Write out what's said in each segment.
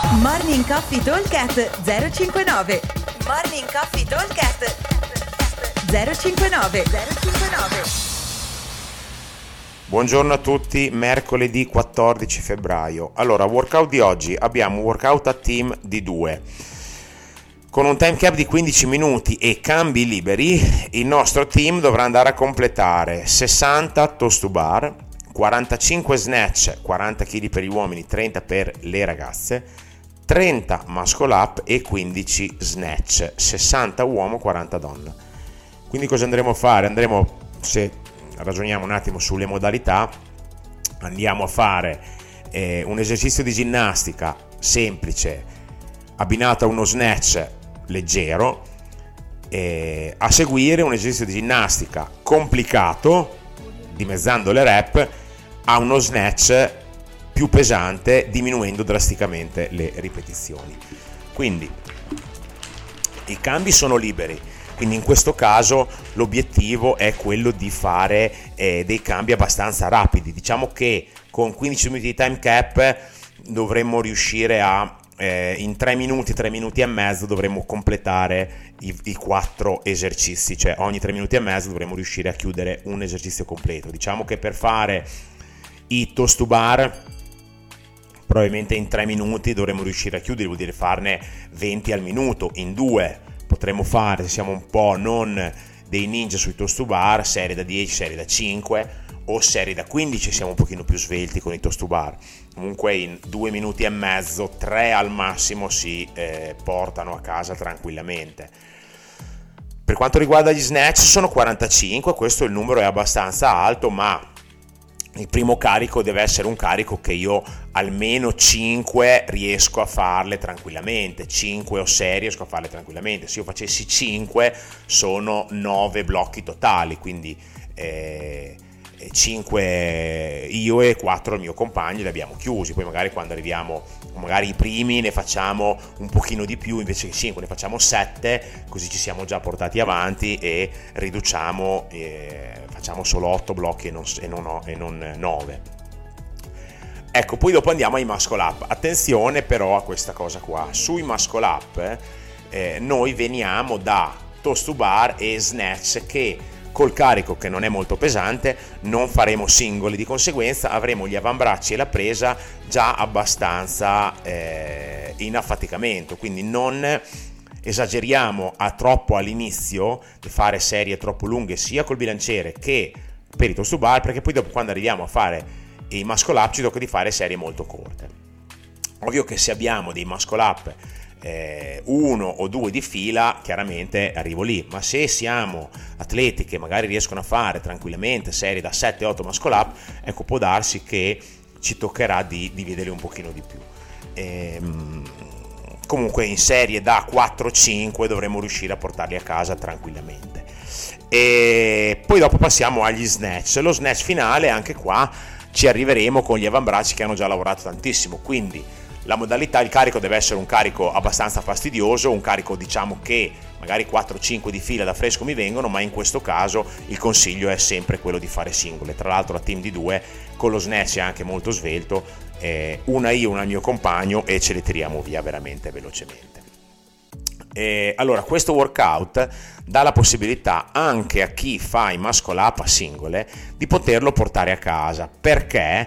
Morning Coffee Talkcast 059. Morning Coffee Talkcast 059. Buongiorno a tutti, mercoledì 14 febbraio. Allora, workout di oggi, abbiamo un workout a team di 2. Con un time cap di 15 minuti e cambi liberi, il nostro team dovrà andare a completare 60 toast to bar, 45 snatch, 40 kg per gli uomini, 30 per le ragazze, 30 muscle up e 15 snatch, 60 uomo, 40 donna. Quindi cosa andremo a fare? Se ragioniamo un attimo sulle modalità, andiamo a fare un esercizio di ginnastica semplice abbinato a uno snatch leggero, a seguire un esercizio di ginnastica complicato dimezzando le rep a uno snatch più pesante diminuendo drasticamente le ripetizioni. Quindi i cambi sono liberi, quindi in questo caso l'obiettivo è quello di fare dei cambi abbastanza rapidi. Diciamo che con 15 minuti di time cap dovremmo riuscire a in 3 minuti e mezzo dovremmo completare i 4 esercizi, cioè ogni 3 minuti e mezzo dovremmo riuscire a chiudere un esercizio completo. Diciamo che per fare i toast to bar probabilmente in 3 minuti dovremmo riuscire a chiudere, vuol dire farne 20 al minuto. In 2 potremmo fare, se siamo un po' non dei ninja sui toast to bar, serie da 10, serie da 5 o serie da 15, siamo un pochino più svelti con i toast to bar. Comunque in 2 minuti e mezzo, 3 al massimo si portano a casa tranquillamente. Per quanto riguarda gli snatch sono 45, questo il numero è abbastanza alto, ma il primo carico deve essere un carico che io almeno 5 riesco a farle tranquillamente, 5 o 6 riesco a farle tranquillamente. Se io facessi 5 sono 9 blocchi totali, quindi 5 io e 4 il mio compagno li abbiamo chiusi. Poi magari quando arriviamo, magari i primi ne facciamo un pochino di più, invece che 5 ne facciamo 7, così ci siamo già portati avanti e riduciamo, facciamo solo 8 blocchi e non 9. Ecco, poi dopo andiamo ai muscle up. Attenzione però a questa cosa qua, sui muscle up noi veniamo da toast to bar e snatch che col carico che non è molto pesante non faremo singoli, di conseguenza avremo gli avambracci e la presa già abbastanza in affaticamento, quindi non esageriamo troppo all'inizio di fare serie troppo lunghe sia col bilanciere che per i toast to bar, perché poi dopo quando arriviamo a fare i muscle up ci tocca di fare serie molto corte. Ovvio che se abbiamo dei muscle up 1 o 2 di fila, chiaramente arrivo lì, ma se siamo atleti che magari riescono a fare tranquillamente serie da 7-8 muscle up, ecco, può darsi che ci toccherà di dividerli un pochino di più. Comunque in serie da 4-5 dovremo riuscire a portarli a casa tranquillamente. E poi dopo passiamo agli snatch. Lo snatch finale, anche qua ci arriveremo con gli avambracci che hanno già lavorato tantissimo, quindi la modalità, il carico deve essere un carico abbastanza fastidioso, un carico diciamo che magari 4-5 di fila da fresco mi vengono, ma in questo caso il consiglio è sempre quello di fare singole. Tra l'altro a team di 2 con lo snatch è anche molto svelto, una io, una il mio compagno, e ce le tiriamo via veramente velocemente. Allora questo workout dà la possibilità anche a chi fa i muscle up a singole di poterlo portare a casa, perché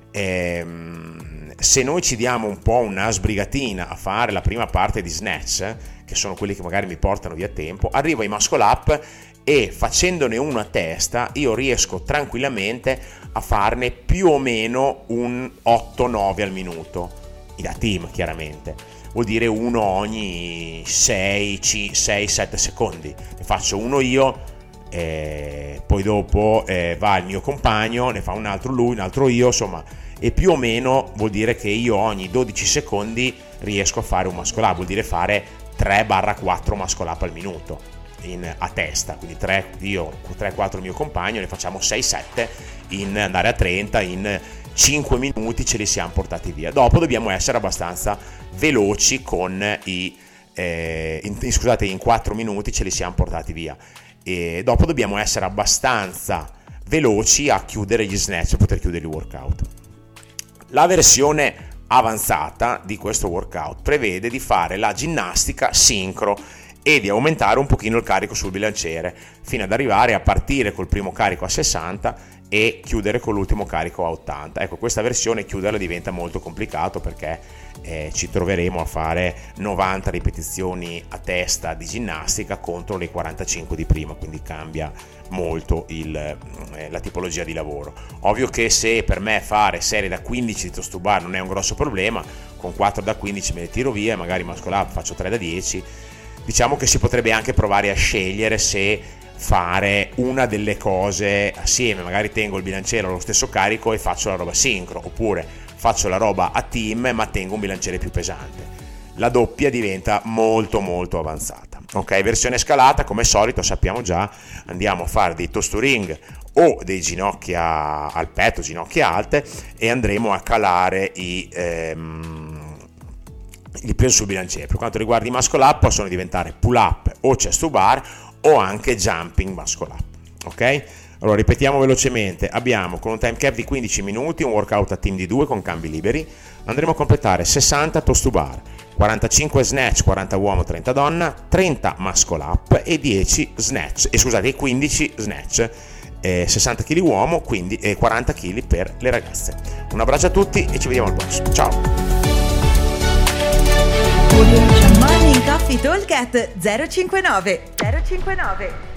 se noi ci diamo un po' una sbrigatina a fare la prima parte di snatch, che sono quelli che magari mi portano via tempo, arrivo ai muscle up e facendone uno a testa io riesco tranquillamente a farne più o meno un 8-9 al minuto, da team chiaramente, vuol dire uno ogni 6-7 secondi. Ne faccio uno io, poi dopo va il mio compagno, ne fa un altro lui, un altro io, insomma, e più o meno vuol dire che io ogni 12 secondi riesco a fare un muscle up, vuol dire fare 3-4 muscle up al minuto a testa, quindi 3 io, 3-4 il mio compagno, ne facciamo 6-7 in andare a 30, in 5 minuti ce li siamo portati via. Dopo dobbiamo essere abbastanza veloci con in 4 minuti ce li siamo portati via, e dopo dobbiamo essere abbastanza veloci a chiudere gli snatch per poter chiudere il workout. La versione avanzata di questo workout prevede di fare la ginnastica sincro e di aumentare un pochino il carico sul bilanciere fino ad arrivare a partire col primo carico a 60 e chiudere con l'ultimo carico a 80. Ecco, questa versione chiuderla diventa molto complicato perché ci troveremo a fare 90 ripetizioni a testa di ginnastica contro le 45 di prima, quindi cambia molto la tipologia di lavoro. Ovvio che se per me fare serie da 15 di toast to bar non è un grosso problema, con 4 da 15 me le tiro via, magari muscle up faccio 3 da 10, diciamo che si potrebbe anche provare a scegliere se fare una delle cose assieme, magari tengo il bilanciere allo stesso carico e faccio la roba sincro, oppure faccio la roba a team ma tengo un bilanciere più pesante. La doppia diventa molto molto avanzata. Ok, versione scalata, come solito sappiamo già, andiamo a fare dei toast to ring o dei ginocchia al petto, ginocchia alte, e andremo a calare il peso sul bilanciere. Per quanto riguarda i muscle up possono diventare pull up o chest to bar o anche jumping muscle up. Ok? Allora ripetiamo velocemente, abbiamo con un time cap di 15 minuti un workout a team di 2 con cambi liberi, andremo a completare 60 toast to bar, 45 snatch, 40 uomo, 30 donna, 30 muscle up e 10 snatch, e 15 snatch, 60 kg uomo, quindi 40 kg per le ragazze. Un abbraccio a tutti e ci vediamo al prossimo, ciao! Morning Coffee Talk at 059.